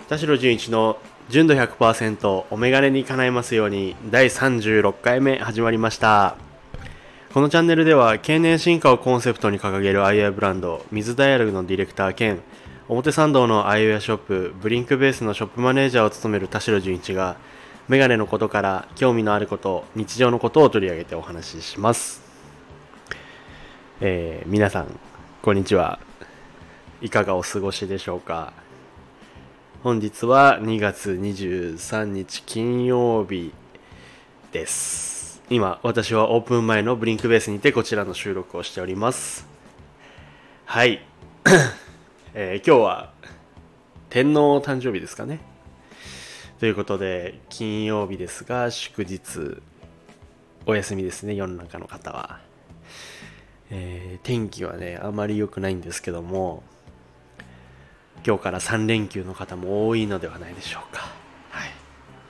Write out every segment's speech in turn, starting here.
田代純一の純度 100% お眼鏡に叶えますように第36回目始まりました。このチャンネルでは経年進化をコンセプトに掲げるアイウェアブランド水ダイアログのディレクター兼表参道のアイウェアショップブリンクベースのショップマネージャーを務める田代純一が眼鏡のことから興味のあること、日常のことを取り上げてお話しします。皆さんこんにちは。いかがお過ごしでしょうか。本日は2月23日金曜日です。今私はオープン前のブリンクベースにてこちらの収録をしております。はい、今日は天皇誕生日ですかね。ということで金曜日ですが祝日お休みですね、世の中の方は。天気はねあまり良くないんですけども、今日から3連休の方も多いのではないでしょうか。はい。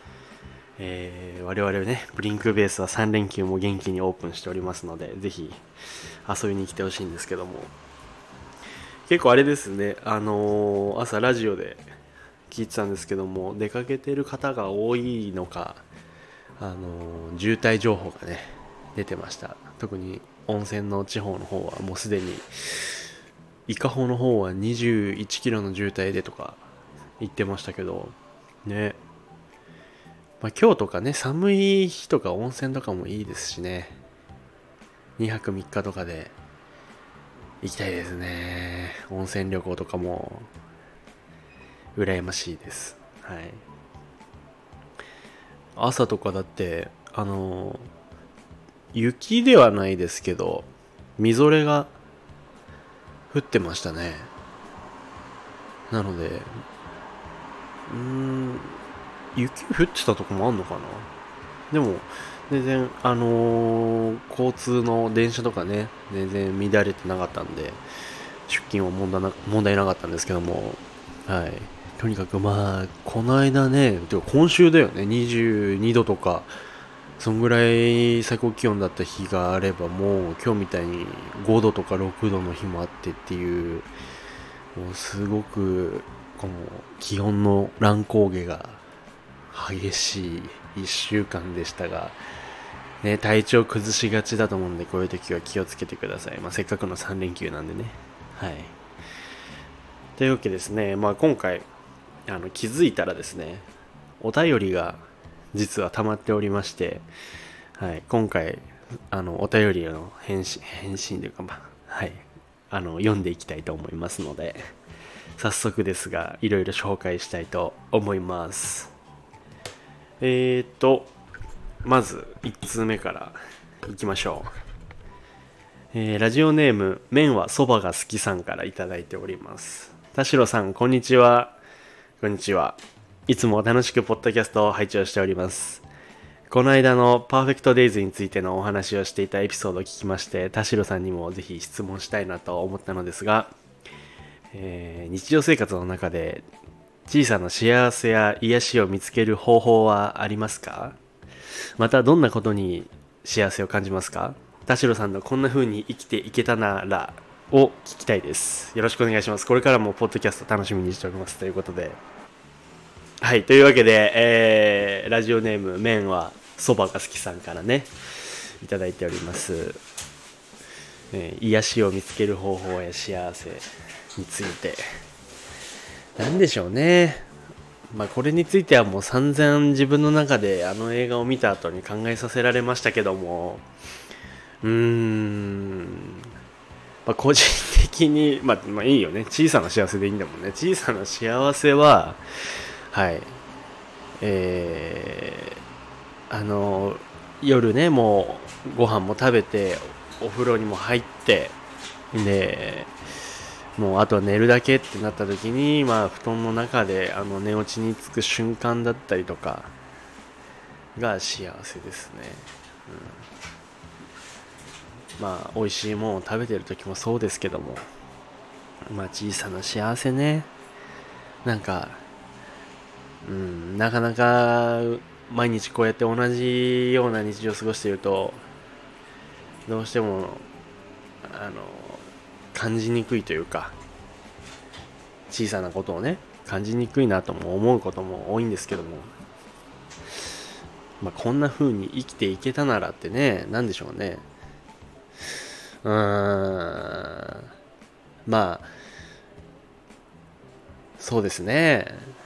我々ねブリンクベースは3連休も元気にオープンしておりますので、ぜひ遊びに来てほしいんですけども、結構あれですね、朝ラジオで聞いてたんですけども、出かけてる方が多いのか、渋滞情報がね出てました。特に温泉の地方の方はもうすでに伊香保の方は21キロの渋滞でとか言ってましたけどね。今日とかね寒い日とか温泉とかもいいですしね、2泊3日とかで行きたいですね。温泉旅行とかも羨ましいです。はい。朝とかだって雪ではないですけどみぞれが降ってましたね。なので雪降ってたとこもあんのかな。でも全然交通の電車とかね全然乱れてなかったんで出勤は問題なかったんですけども、はい。とにかくこの間ね、今週だよね、22度とかそんぐらい最高気温だった日があれば、もう今日みたいに5度とか6度の日もあってっていう、もうすごくこの気温の乱高下が激しい1週間でしたが、ね、体調崩しがちだと思うんで、こういう時は気をつけてください。せっかくの3連休なんでね。はい。というわけですね、今回気づいたらですね、お便りが実は溜まっておりまして、はい、今回お便りの返信というか、はい、読んでいきたいと思いますので、早速ですがいろいろ紹介したいと思います。まず1通目からいきましょう。ラジオネーム麺はそばが好きさんからいただいております。田代さんこんにちは。こんにちは。いつも楽しくポッドキャストを拝聴しております。この間のパーフェクトデイズについてのお話をしていたエピソードを聞きまして、田代さんにもぜひ質問したいなと思ったのですが、日常生活の中で小さな幸せや癒しを見つける方法はありますか？またどんなことに幸せを感じますか？田代さんのこんな風に生きていけたならを聞きたいです。よろしくお願いします。これからもポッドキャスト楽しみにしておりますということで、はい、というわけで、ラジオネーム麺はそばが好きさんからねいただいております。癒しを見つける方法や幸せについてなんでしょうね。これについてはもう散々自分の中で映画を見た後に考えさせられましたけども、個人的にいいよね。小さな幸せでいいんだもんね。小さな幸せははい、夜ねもうご飯も食べてお風呂にも入ってでもうあとは寝るだけってなった時に、布団の中で寝落ちにつく瞬間だったりとかが幸せですね。美味しいものを食べてる時もそうですけども、小さな幸せね。なんかなかなか毎日こうやって同じような日常を過ごしているとどうしても感じにくいというか、小さなことをね感じにくいなとも思うことも多いんですけども、こんな風に生きていけたならってね、なんでしょうね。そうですね。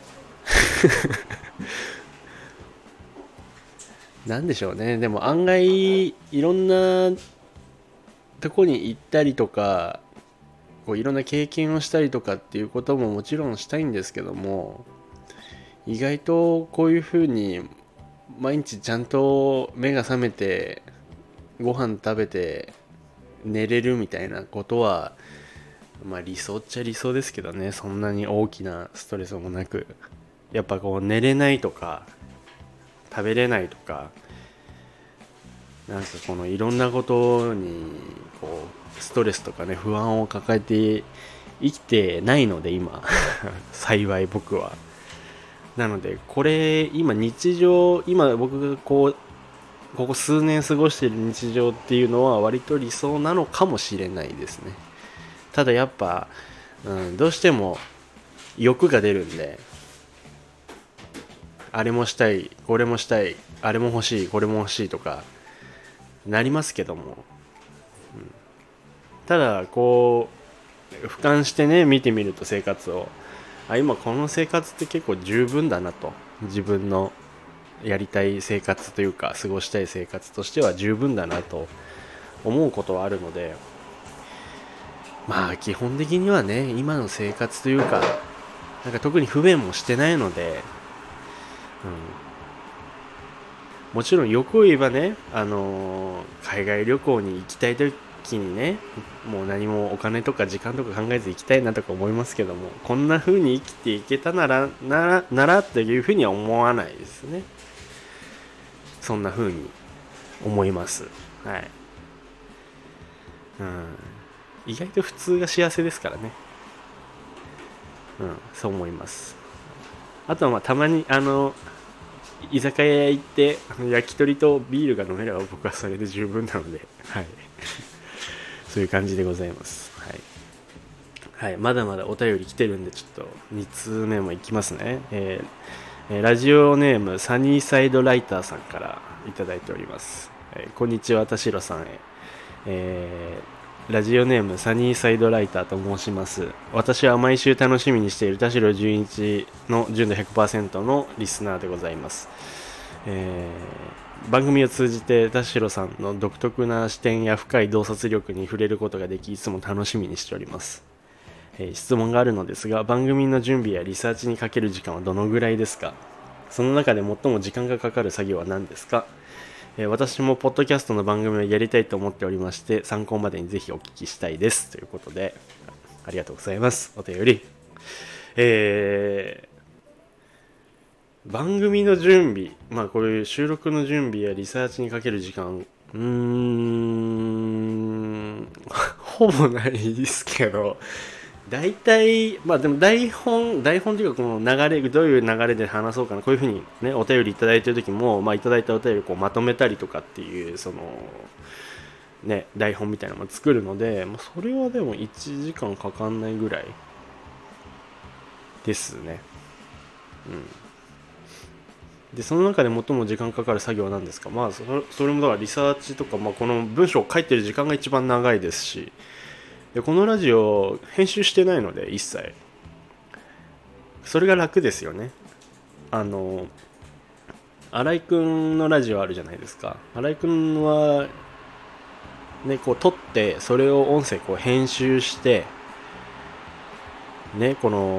なんでしょうね。でも案外いろんなとこに行ったりとか、いろんな経験をしたりとかっていうことももちろんしたいんですけども、意外とこういう風に毎日ちゃんと目が覚めてご飯食べて寝れるみたいなことは、理想っちゃ理想ですけどね。そんなに大きなストレスもなく、やっぱ寝れないとか食べれないとか、なんかいろんなことにストレスとかね、不安を抱えて生きてないので今幸い僕は。なのでこれ今僕がここ数年過ごしている日常っていうのは割と理想なのかもしれないですね。ただやっぱ、どうしても欲が出るんで、あれもしたいこれもしたい、あれも欲しいこれも欲しいとかなりますけども、ただ俯瞰してね見てみると生活を、今この生活って結構十分だなと、自分のやりたい生活というか過ごしたい生活としては十分だなと思うことはあるので、基本的にはね今の生活というかなんか特に不便もしてないので、もちろん欲を言えばね、海外旅行に行きたい時にね、もう何もお金とか時間とか考えず行きたいなとか思いますけども、こんな風に生きていけたならっていう風には思わないですね。そんな風に思います。はい。意外と普通が幸せですからね。そう思います。あとはたまに居酒屋へ行って焼き鳥とビールが飲めれば僕はそれで十分なので、はい、そういう感じでございます。はい、まだまだお便り来てるんでちょっと2通目もいきますね。ラジオネームサニーサイドライターさんからいただいております。こんにちは、田代さんへ。ラジオネームサニーサイドライターと申します。私は毎週楽しみにしている田代純一の純度 100% のリスナーでございます。番組を通じて田代さんの独特な視点や深い洞察力に触れることができ、いつも楽しみにしております。質問があるのですが、番組の準備やリサーチにかける時間はどのぐらいですか？その中で最も時間がかかる作業は何ですか？私もポッドキャストの番組をやりたいと思っておりまして、参考までにぜひお聞きしたいですということで、ありがとうございます。お便り、番組の準備、こういう収録の準備やリサーチにかける時間、ほぼないですけど、大体、でも台本というか、この流れ、どういう流れで話そうかな、こういうふうにね、お便りいただいている時も、いただいたお便りをまとめたりとかっていう、台本みたいなのも作るので、それはでも1時間かかんないぐらいですね。で、その中で最も時間かかる作業は何ですか？それもだからリサーチとか、この文章を書いてる時間が一番長いですし、でこのラジオ編集してないので一切、それが楽ですよね。新井くんのラジオあるじゃないですか。新井くんはね、撮ってそれを音声編集してね、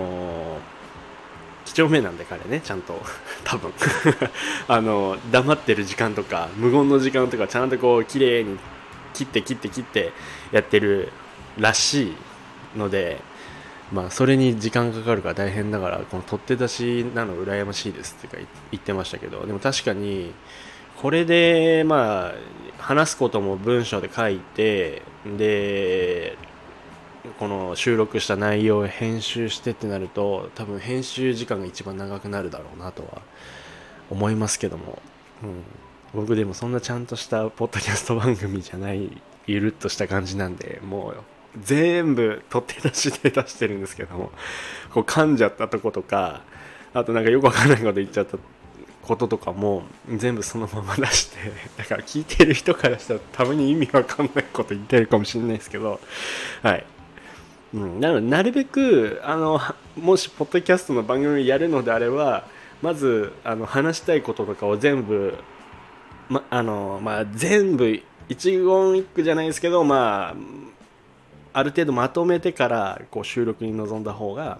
几帳面なんで彼ね、ちゃんと多分黙ってる時間とか無言の時間とかちゃんと綺麗に切ってやってるらしいので、それに時間かかるから大変だから、この取って出しなの羨ましいですって言ってましたけど、でも確かにこれで話すことも文章で書いて、でこの収録した内容を編集してってなると、多分編集時間が一番長くなるだろうなとは思いますけども、僕でもそんなちゃんとしたポッドキャスト番組じゃない、ゆるっとした感じなんで、もう全部取って出しで出してるんですけども、こう噛んじゃったとことか、あとなんかよくわかんないこと言っちゃったこととかも全部そのまま出して、だから聞いてる人からしたらたまに意味わかんないこと言ってるかもしれないですけど、はい、なのでなるべくもしポッドキャストの番組をやるのであれば、まず話したいこととかを全部、全部一言一句じゃないですけど、ある程度まとめてからこう収録に臨んだ方が、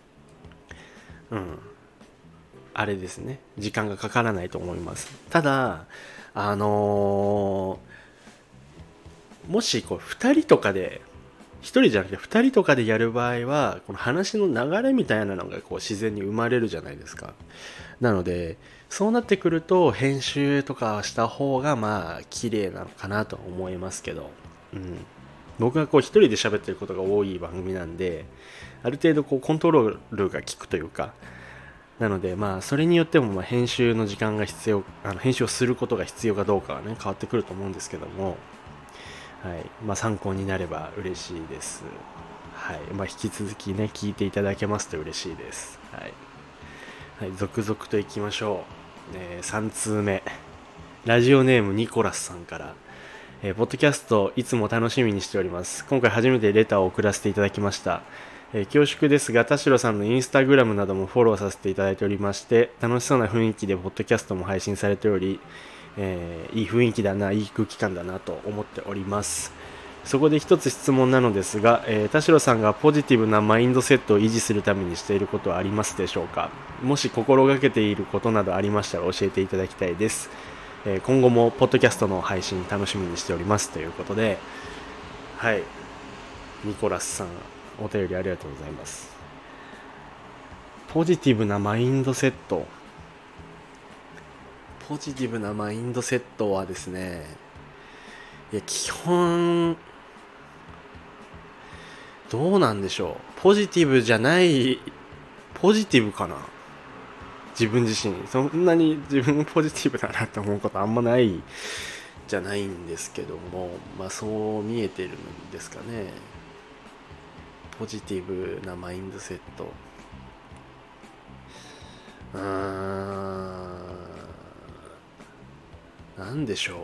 あれですね、時間がかからないと思います。ただもしこう2人とかで、1人じゃなくて2人とかでやる場合は、この話の流れみたいなのがこう自然に生まれるじゃないですか。なのでそうなってくると編集とかした方が綺麗なのかなと思いますけど、僕がこう一人で喋ってることが多い番組なんで、ある程度こうコントロールが効くというか、なのでそれによっても編集の時間が必要、編集をすることが必要かどうかはね変わってくると思うんですけども、はい、参考になれば嬉しいです。はい、引き続きね聞いていただけますと嬉しいです。はい、はい、続々といきましょう。3通目、ラジオネームニコラスさんから、ポッドキャストいつも楽しみにしております。今回初めてレターを送らせていただきました。恐縮ですが、田代さんのインスタグラムなどもフォローさせていただいておりまして、楽しそうな雰囲気でポッドキャストも配信されており、いい雰囲気だな、いい空気感だなと思っております。そこで一つ質問なのですが、田代さんがポジティブなマインドセットを維持するためにしていることはありますでしょうか。もし心がけていることなどありましたら教えていただきたいです。今後もポッドキャストの配信楽しみにしておりますということで、はい、ニコラスさんお便りありがとうございます。ポジティブなマインドセット、ポジティブなマインドセットはですね、いや基本どうなんでしょう。ポジティブじゃない、ポジティブかな。自分自身そんなに自分ポジティブだなって思うことあんまないじゃないんですけども、そう見えてるんですかね。ポジティブなマインドセット、なんでしょう。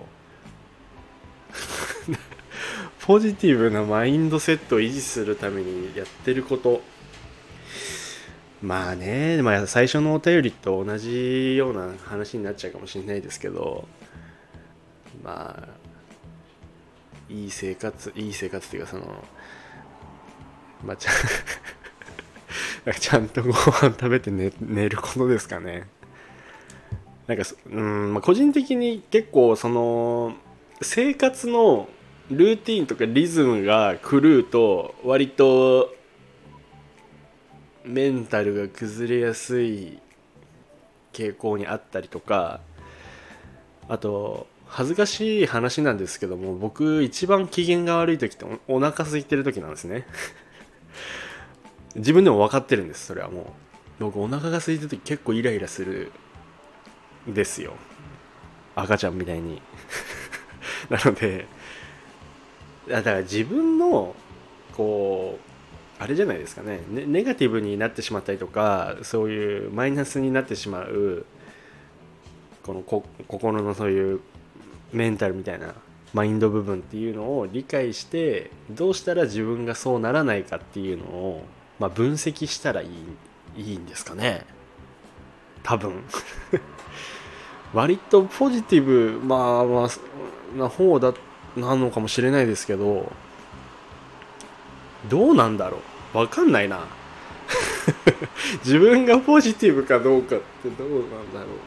ポジティブなマインドセットを維持するためにやってること、最初のお便りと同じような話になっちゃうかもしれないですけど、いい生活っていうか、ちゃんとご飯食べて寝ることですかね。個人的に結構その生活のルーティーンとかリズムが狂うと割とメンタルが崩れやすい傾向にあったりとか、あと恥ずかしい話なんですけども、僕一番機嫌が悪い時ってお腹空いてる時なんですね。自分でも分かってるんです。それはもう僕お腹が空いてる時結構イライラするんですよ、赤ちゃんみたいに。なのでだから自分のこうあれじゃないですかね、ネガティブになってしまったりとか、そういうマイナスになってしまうこの心のそういうメンタルみたいなマインド部分っていうのを理解して、どうしたら自分がそうならないかっていうのを、分析したらいいんですかね、多分。割とポジティブな方なのかもしれないですけど、どうなんだろう、わかんないな。自分がポジティブかどうかってどうなんだろ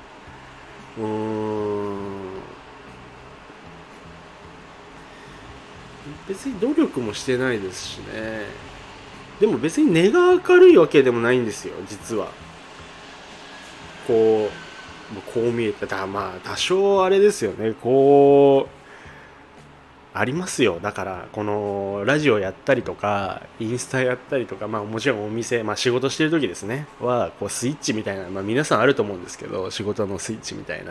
別に努力もしてないですしね。でも別に根が明るいわけでもないんですよ、実は。こう見えてた、多少あれですよね、ありますよ。だからこのラジオやったりとかインスタやったりとか、もちろんお店、仕事してる時ですねはこうスイッチみたいな、皆さんあると思うんですけど、仕事のスイッチみたいな、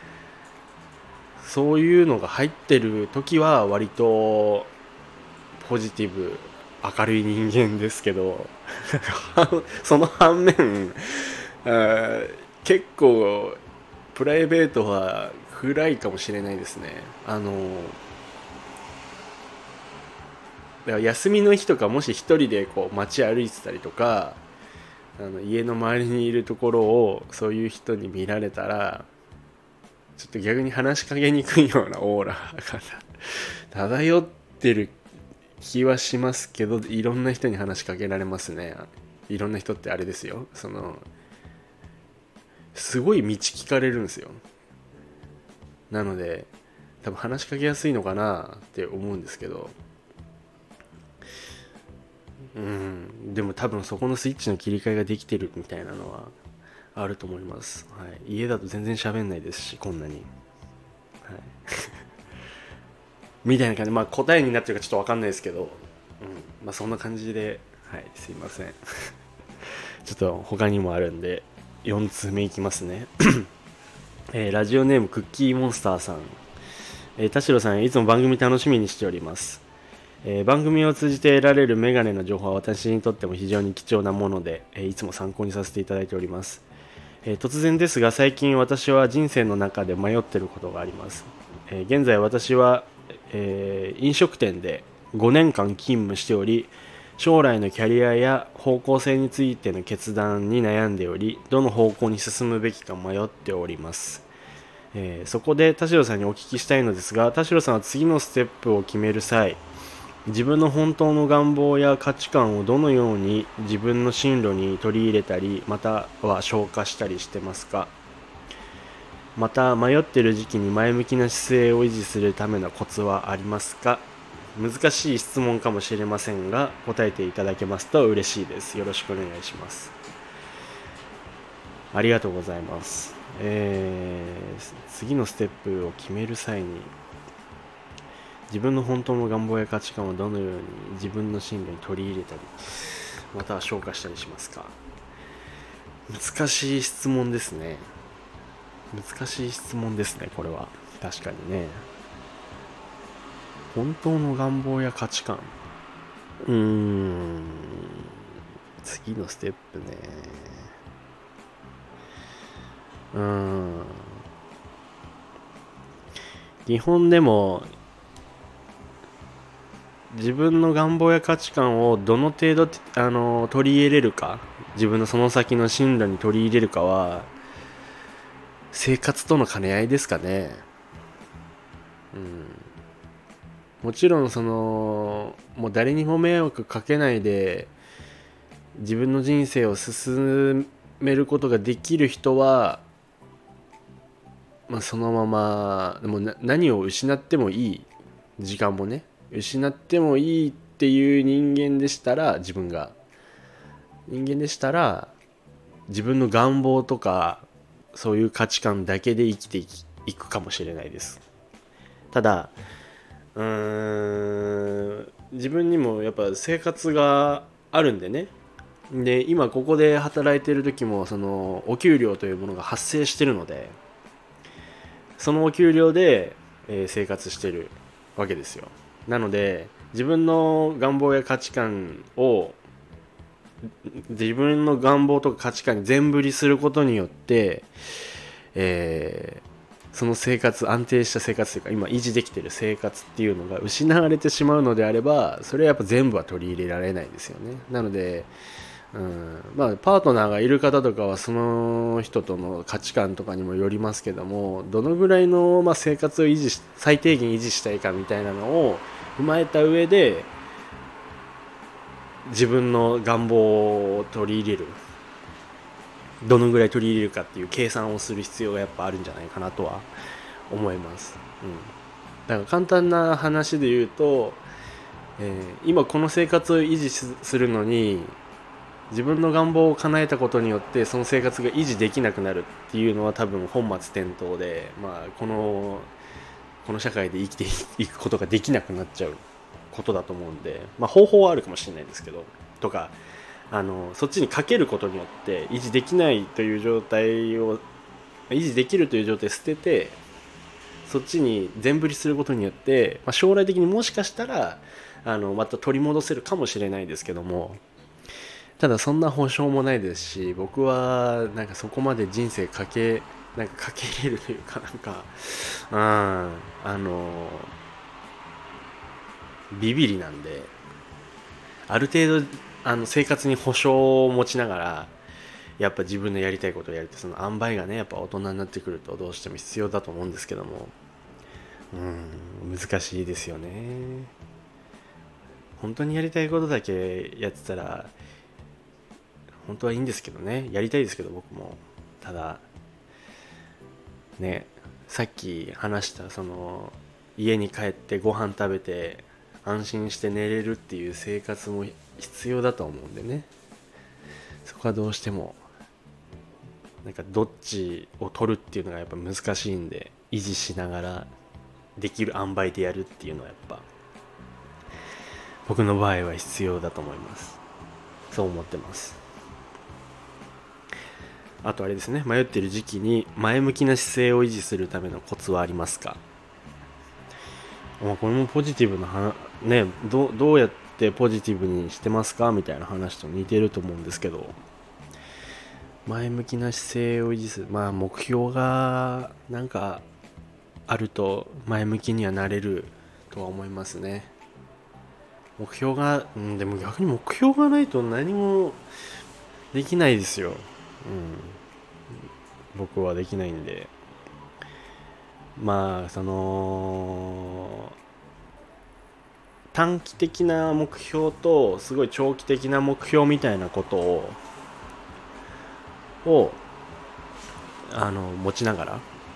そういうのが入ってる時は割とポジティブ明るい人間ですけどその反面結構プライベートは暗いかもしれないですね。だから休みの日とかもし一人でこう街歩いてたりとか家の周りにいるところをそういう人に見られたらちょっと逆に話しかけにくいようなオーラが漂ってる気はしますけど、いろんな人に話しかけられますね。いろんな人ってあれですよ、すごい道聞かれるんですよ。なので多分話しかけやすいのかなって思うんですけど、でも多分そこのスイッチの切り替えができてるみたいなのはあると思います。はい、家だと全然喋んないですし、こんなに、はい、みたいな感じで、まあ答えになってるかちょっと分かんないですけど、まあそんな感じで、はい、すいませんちょっと他にもあるんで4通目いきますねラジオネームクッキーモンスターさん、田代さん、いつも番組楽しみにしております。番組を通じて得られるメガネの情報は私にとっても非常に貴重なもので、いつも参考にさせていただいております。突然ですが、最近私は人生の中で迷っていることがあります。現在私は、飲食店で5年間勤務しており、将来のキャリアや方向性についての決断に悩んでおり、どの方向に進むべきか迷っております。そこで田代さんにお聞きしたいのですが、田代さんは次のステップを決める際、自分の本当の願望や価値観をどのように自分の進路に取り入れたり、または消化したりしてますか？また迷っている時期に前向きな姿勢を維持するためのコツはありますか？難しい質問かもしれませんが、答えていただけますと嬉しいです。よろしくお願いします。ありがとうございます。次のステップを決める際に自分の本当の願望や価値観をどのように自分の進路に取り入れたり、または消化したりしますか？難しい質問ですね。難しい質問ですね、これは。確かにね。本当の願望や価値観。次のステップね。基本でも自分の願望や価値観をどの程度取り入れるか、自分のその先の進路に取り入れるかは生活との兼ね合いですかね。もちろんもう誰にも迷惑かけないで自分の人生を進めることができる人は、そのままでも何を失ってもいい、時間もね失ってもいいっていう人間でしたら、自分でしたら自分の願望とかそういう価値観だけで生きていくかもしれないです。ただ自分にもやっぱ生活があるんでね。で今ここで働いてる時もそのお給料というものが発生してるので、そのお給料で、生活してるわけですよ。なので自分の願望や価値観を自分の願望とか価値観に全振りすることによって、その生活、安定した生活というか今維持できている生活っていうのが失われてしまうのであれば、それはやっぱ全部は取り入れられないですよね。なのでパートナーがいる方とかはその人との価値観とかにもよりますけども、どのぐらいの、生活を最低限維持したいかみたいなのを踏まえた上で自分の願望を取り入れる、どのぐらい取り入れるかっていう計算をする必要がやっぱあるんじゃないかなとは思います。だから簡単な話で言うと、今この生活を維持するのに自分の願望を叶えたことによってその生活が維持できなくなるっていうのは多分本末転倒で、この社会で生きていくことができなくなっちゃうことだと思うんで、方法はあるかもしれないですけど、とかそっちにかけることによって維持できないという状態を維持できるという状態を捨てて、そっちに全振りすることによって、将来的にもしかしたらまた取り戻せるかもしれないですけども、ただそんな保証もないですし、僕はなんかそこまで人生かけれるというか、ビビりなんで、ある程度生活に保証を持ちながらやっぱ自分のやりたいことをやるって、その塩梅がね、やっぱ大人になってくるとどうしても必要だと思うんですけども、難しいですよね。本当にやりたいことだけやってたら本当はいいんですけどね、やりたいですけど僕も。ただね、さっき話したその家に帰ってご飯食べて安心して寝れるっていう生活も必要だと思うんでね、そこはどうしてもなんかどっちを取るっていうのがやっぱ難しいんで、維持しながらできる塩梅でやるっていうのはやっぱ僕の場合は必要だと思います。そう思ってます。あとあれですね、迷っている時期に前向きな姿勢を維持するためのコツはありますか？これもポジティブな話ね、どうやってポジティブにしてますかみたいな話と似てると思うんですけど、前向きな姿勢を維持する、目標がなんかあると前向きにはなれるとは思いますね。目標が、でも逆に目標がないと何もできないですよ。僕はできないんで、その短期的な目標とすごい長期的な目標みたいなことを持ちながら、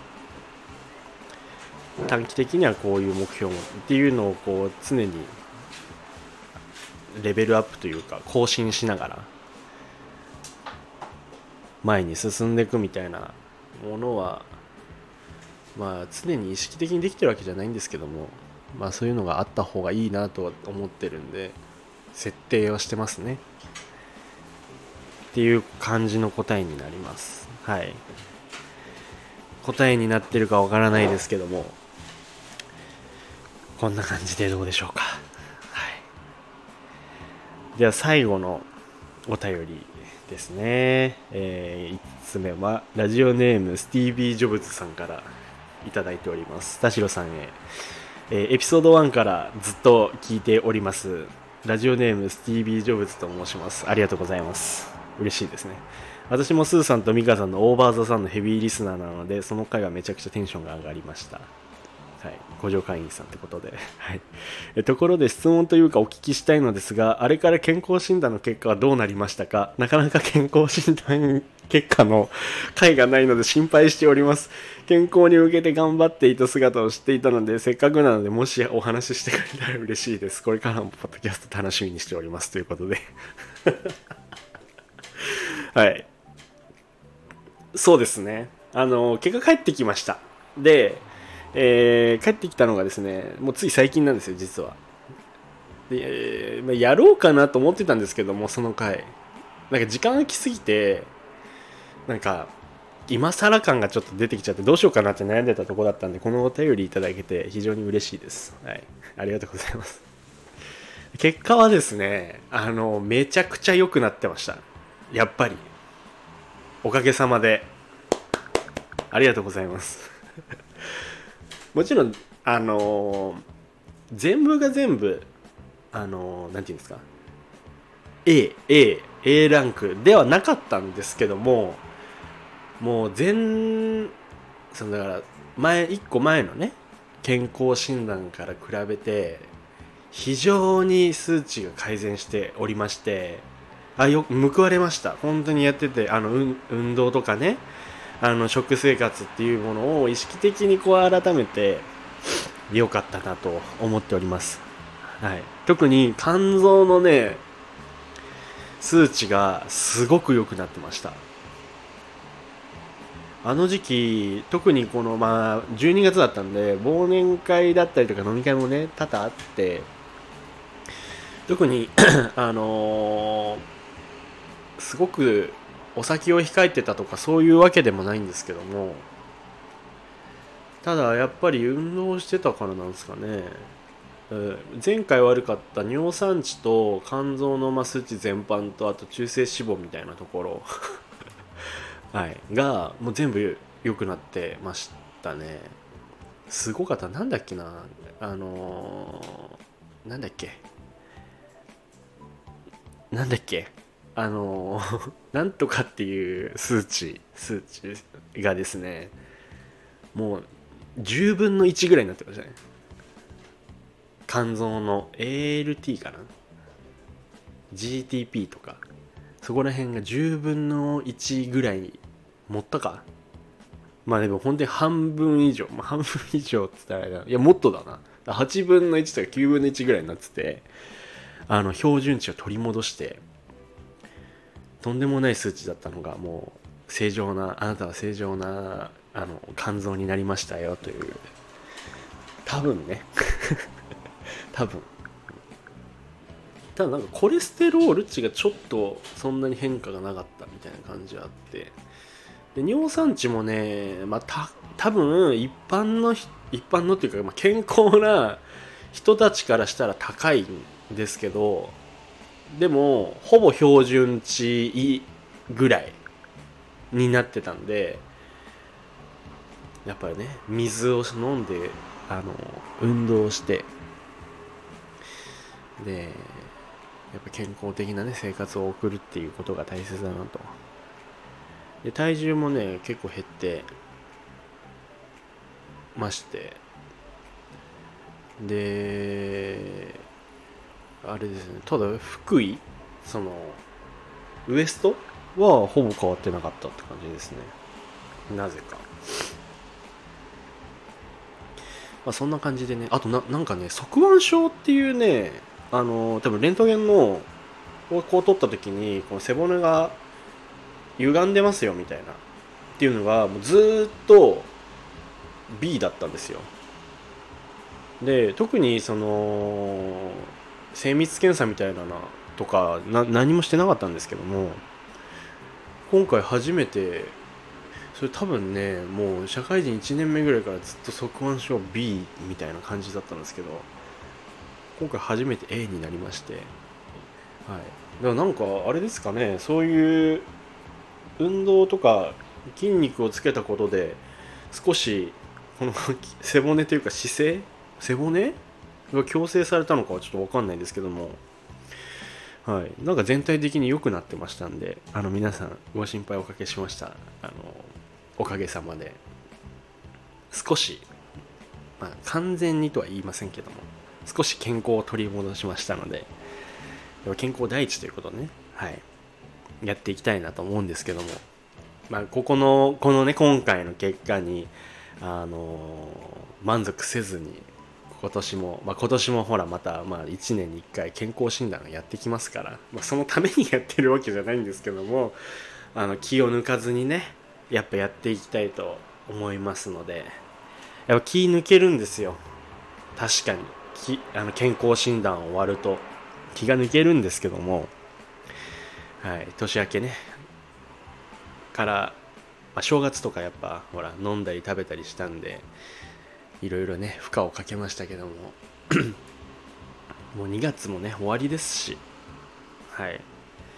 短期的にはこういう目標っていうのをこう常にレベルアップというか更新しながら前に進んでいくみたいなものは、常に意識的にできてるわけじゃないんですけども、そういうのがあった方がいいなとは思ってるんで設定をしてますねっていう感じの答えになります。はい、答えになってるかわからないですけども、こんな感じでどうでしょうか。はい、では最後のお便りですね。5つ目はラジオネームスティービー・ジョブズさんからいただいております。田代さんへ、エピソード1からずっと聞いております。ラジオネームスティービー・ジョブズと申します。ありがとうございます。嬉しいですね。私もスーさんとミカさんのオーバーザさんのヘビーリスナーなので、その回はめちゃくちゃテンションが上がりました。はい、五条会員さんってことで、はい、ところで質問というかお聞きしたいのですが、あれから健康診断の結果はどうなりましたか？なかなか健康診断結果の回がないので心配しております。健康に向けて頑張っていた姿を知っていたので、せっかくなのでもしお話ししてくれたら嬉しいです。これからもポッドキャスト楽しみにしておりますということではい、そうですね、結果返ってきました。で帰ってきたのがですね、もうつい最近なんですよ実は。で、やろうかなと思ってたんですけども、その回なんか時間が来すぎて、なんか今更感がちょっと出てきちゃってどうしようかなって悩んでたところだったんで、このお便りいただけて非常に嬉しいです。はい、ありがとうございます。結果はですね、めちゃくちゃ良くなってました。やっぱりおかげさまでありがとうございますもちろん全部が全部なんていうんですか、 A ランクではなかったんですけども、もうそのだから1個前のね健康診断から比べて非常に数値が改善しておりまして、報われました。本当にやってて、運動とかね、食生活っていうものを意識的にこう改めて良かったなと思っております。はい、特に肝臓のね数値がすごく良くなってました。あの時期特にこの12月だったんで、忘年会だったりとか飲み会もね多々あって、特にすごくお酒を控えてたとかそういうわけでもないんですけども、ただやっぱり運動してたからなんですかね、 前回悪かった尿酸値と肝臓の数値全般とあと中性脂肪みたいなところはい、がもう全部良くなってましたね。すごかった。なんだっけな、なんだっけなんだっけなんとかっていう数値がですね、もう10分の1ぐらいになってましたね。肝臓の ALT かな、 GTP とかそこら辺が10分の1ぐらい持ったか。まあでも本当に半分以上、半分以上って言ったらいやもっとだな、8分の1とか9分の1ぐらいになってて、標準値を取り戻して、とんでもない数値だったのがもう正常な、あなたは正常な肝臓になりましたよという、多分ね多分ただなんかコレステロール値がちょっとそんなに変化がなかったみたいな感じがあって、で尿酸値もね、多分一般のっていうか、健康な人たちからしたら高いんですけど、でもほぼ標準値ぐらいになってたんで、やっぱりね水を飲んで運動して、でやっぱ健康的なね生活を送るっていうことが大切だなと。で体重もね結構減ってまして、であれですね、ただ福井ウエストはほぼ変わってなかったって感じですね、なぜか。そんな感じでね、あとなんかね側腕症っていうね、多分レントゲンのこう撮った時にこの背骨が歪んでますよみたいなっていうのがもうずーっと B だったんですよ。で特に精密検査みたいなのとか何もしてなかったんですけども、今回初めて、それ多分ねもう社会人1年目ぐらいからずっと側腕症 B みたいな感じだったんですけど、今回初めて A になりまして、はい、だからなんかあれですかね、そういう運動とか筋肉をつけたことで少しこの背骨というか背骨が矯正されたのかはちょっと分かんないですけども、はい、なんか全体的に良くなってましたんで、皆さんご心配おかけしました。おかげさまで少し、完全にとは言いませんけども少し健康を取り戻しましたので、健康第一ということでね、はい、やっていきたいなと思うんですけども、このね今回の結果に満足せずに今年もほらまた1年に1回健康診断をやってきますから、そのためにやってるわけじゃないんですけども、気を抜かずにねやっぱやっていきたいと思いますので、やっぱ気抜けるんですよ。確かに健康診断終わると気が抜けるんですけども、はい、年明けねから、正月とかやっぱほら飲んだり食べたりしたんでいろいろね負荷をかけましたけどももう2月もね終わりですし、はい、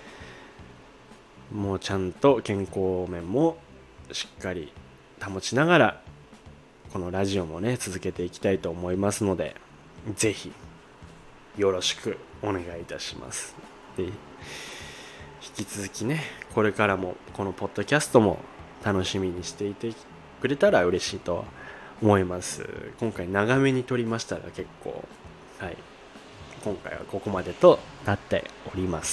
もうちゃんと健康面もしっかり保ちながらこのラジオもね続けていきたいと思いますので、ぜひよろしくお願いいたします。で引き続きねこれからもこのポッドキャストも楽しみにしていてくれたら嬉しいと思います。今回長めに撮りましたが結構、はい、今回はここまでとなっております。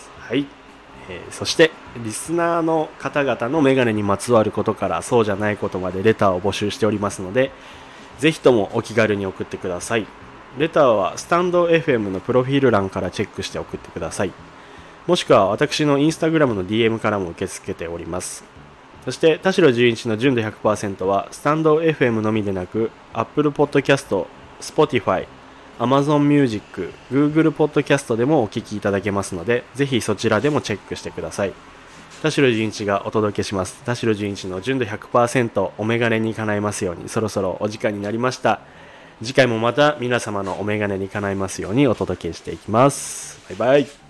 はい、そしてリスナーの方々のメガネにまつわることからそうじゃないことまでレターを募集しておりますので、ぜひともお気軽に送ってください。レターはスタンド FM のプロフィール欄からチェックして送ってください。もしくは私のインスタグラムの DM からも受け付けております。そして田代純一の純度 100% はスタンド FM のみでなく Apple Podcast、Spotify、Amazon Music、Google Podcast でもお聞きいただけますので、ぜひそちらでもチェックしてください。田代純一がお届けします。田代純一の純度 100% お眼鏡に叶えますように、そろそろお時間になりました。 次回もまた皆様のお眼鏡にかないますようにお届けしていきます。バイバイ。